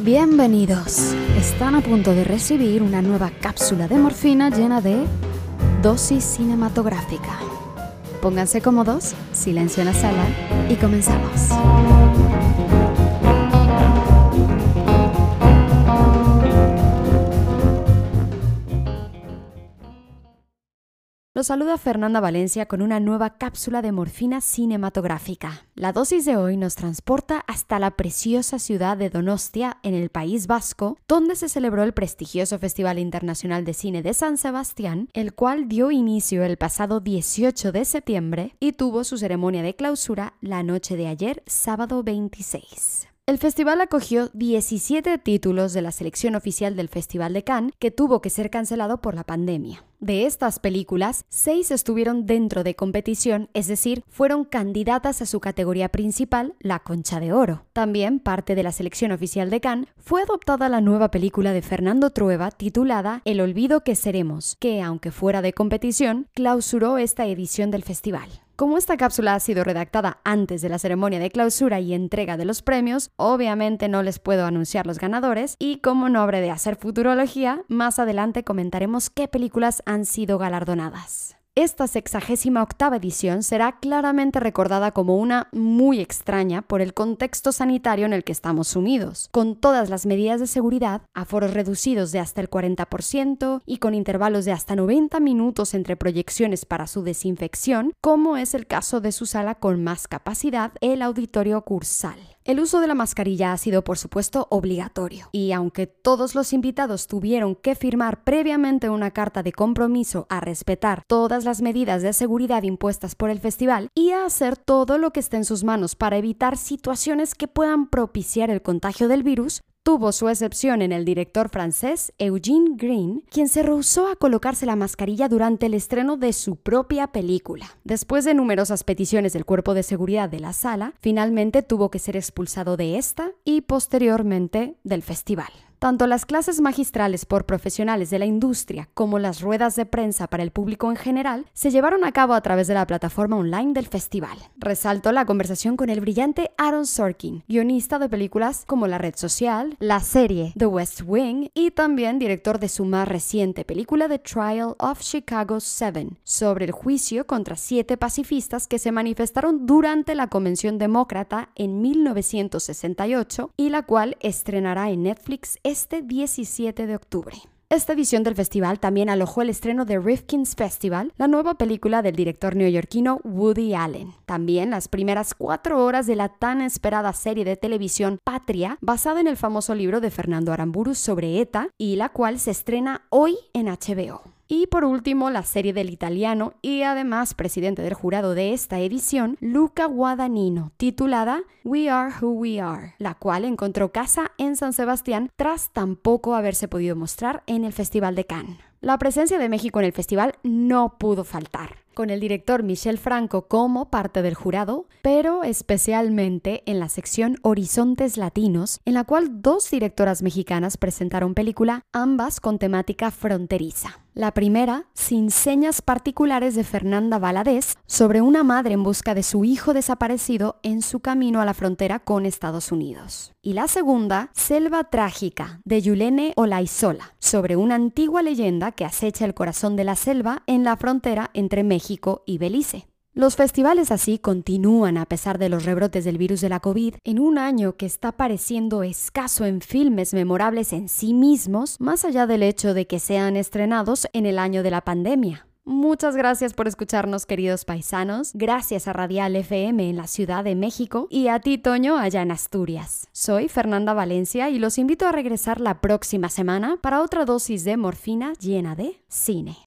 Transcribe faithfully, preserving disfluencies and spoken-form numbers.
Bienvenidos. Están a punto de recibir una nueva cápsula de morfina llena de dosis cinematográfica. Pónganse cómodos, silencio en la sala y comenzamos. Los saluda Fernanda Valencia con una nueva cápsula de morfina cinematográfica. La dosis de hoy nos transporta hasta la preciosa ciudad de Donostia, en el País Vasco, donde se celebró el prestigioso Festival Internacional de Cine de San Sebastián, el cual dio inicio el pasado dieciocho de septiembre y tuvo su ceremonia de clausura la noche de ayer, sábado veintiséis. El festival acogió diecisiete títulos de la selección oficial del Festival de Cannes, que tuvo que ser cancelado por la pandemia. De estas películas, seis estuvieron dentro de competición, es decir, fueron candidatas a su categoría principal, la Concha de Oro. También, parte de la selección oficial de Cannes, fue adoptada la nueva película de Fernando Trueba titulada El olvido que seremos, que, aunque fuera de competición, clausuró esta edición del festival. Como esta cápsula ha sido redactada antes de la ceremonia de clausura y entrega de los premios, obviamente no les puedo anunciar los ganadores y como no habré de hacer futurología, más adelante comentaremos qué películas han sido galardonadas. Esta sexagésima octava edición será claramente recordada como una muy extraña por el contexto sanitario en el que estamos sumidos, con todas las medidas de seguridad, aforos reducidos de hasta el cuarenta por ciento y con intervalos de hasta noventa minutos entre proyecciones para su desinfección, como es el caso de su sala con más capacidad, el Auditorio Cursal. El uso de la mascarilla ha sido, por supuesto, obligatorio, y aunque todos los invitados tuvieron que firmar previamente una carta de compromiso a respetar todas las medidas de seguridad impuestas por el festival y a hacer todo lo que esté en sus manos para evitar situaciones que puedan propiciar el contagio del virus, tuvo su excepción en el director francés Eugene Green, quien se rehusó a colocarse la mascarilla durante el estreno de su propia película. Después de numerosas peticiones del cuerpo de seguridad de la sala, finalmente tuvo que ser expulsado de esta y posteriormente del festival. Tanto las clases magistrales por profesionales de la industria como las ruedas de prensa para el público en general se llevaron a cabo a través de la plataforma online del festival. Resalto la conversación con el brillante Aaron Sorkin, guionista de películas como La Red Social, la serie The West Wing y también director de su más reciente película The Trial of Chicago siete, sobre el juicio contra siete pacifistas que se manifestaron durante la Convención Demócrata en mil novecientos sesenta y ocho y la cual estrenará en Netflix este diecisiete de octubre. Esta edición del festival también alojó el estreno de Rifkin's Festival, la nueva película del director neoyorquino Woody Allen. También las primeras cuatro horas de la tan esperada serie de televisión Patria, basada en el famoso libro de Fernando Aramburu sobre ETA, y la cual se estrena hoy en H B O. Y por último, la serie del italiano y además presidente del jurado de esta edición, Luca Guadagnino, titulada We Are Who We Are, la cual encontró casa en San Sebastián tras tampoco haberse podido mostrar en el Festival de Cannes. La presencia de México en el festival no pudo faltar, con el director Michel Franco como parte del jurado, pero especialmente en la sección Horizontes Latinos, en la cual dos directoras mexicanas presentaron película, ambas con temática fronteriza. La primera, Sin señas particulares de Fernanda Valadez, sobre una madre en busca de su hijo desaparecido en su camino a la frontera con Estados Unidos. Y la segunda, Selva Trágica, de Yulene Olaizola, sobre una antigua leyenda que acecha el corazón de la selva en la frontera entre México y Belice. Los festivales así continúan a pesar de los rebrotes del virus de la COVID en un año que está pareciendo escaso en filmes memorables en sí mismos, más allá del hecho de que sean estrenados en el año de la pandemia. Muchas gracias por escucharnos, queridos paisanos. Gracias a Radial F M en la Ciudad de México y a ti, Toño, allá en Asturias. Soy Fernanda Valencia y los invito a regresar la próxima semana para otra dosis de morfina llena de cine.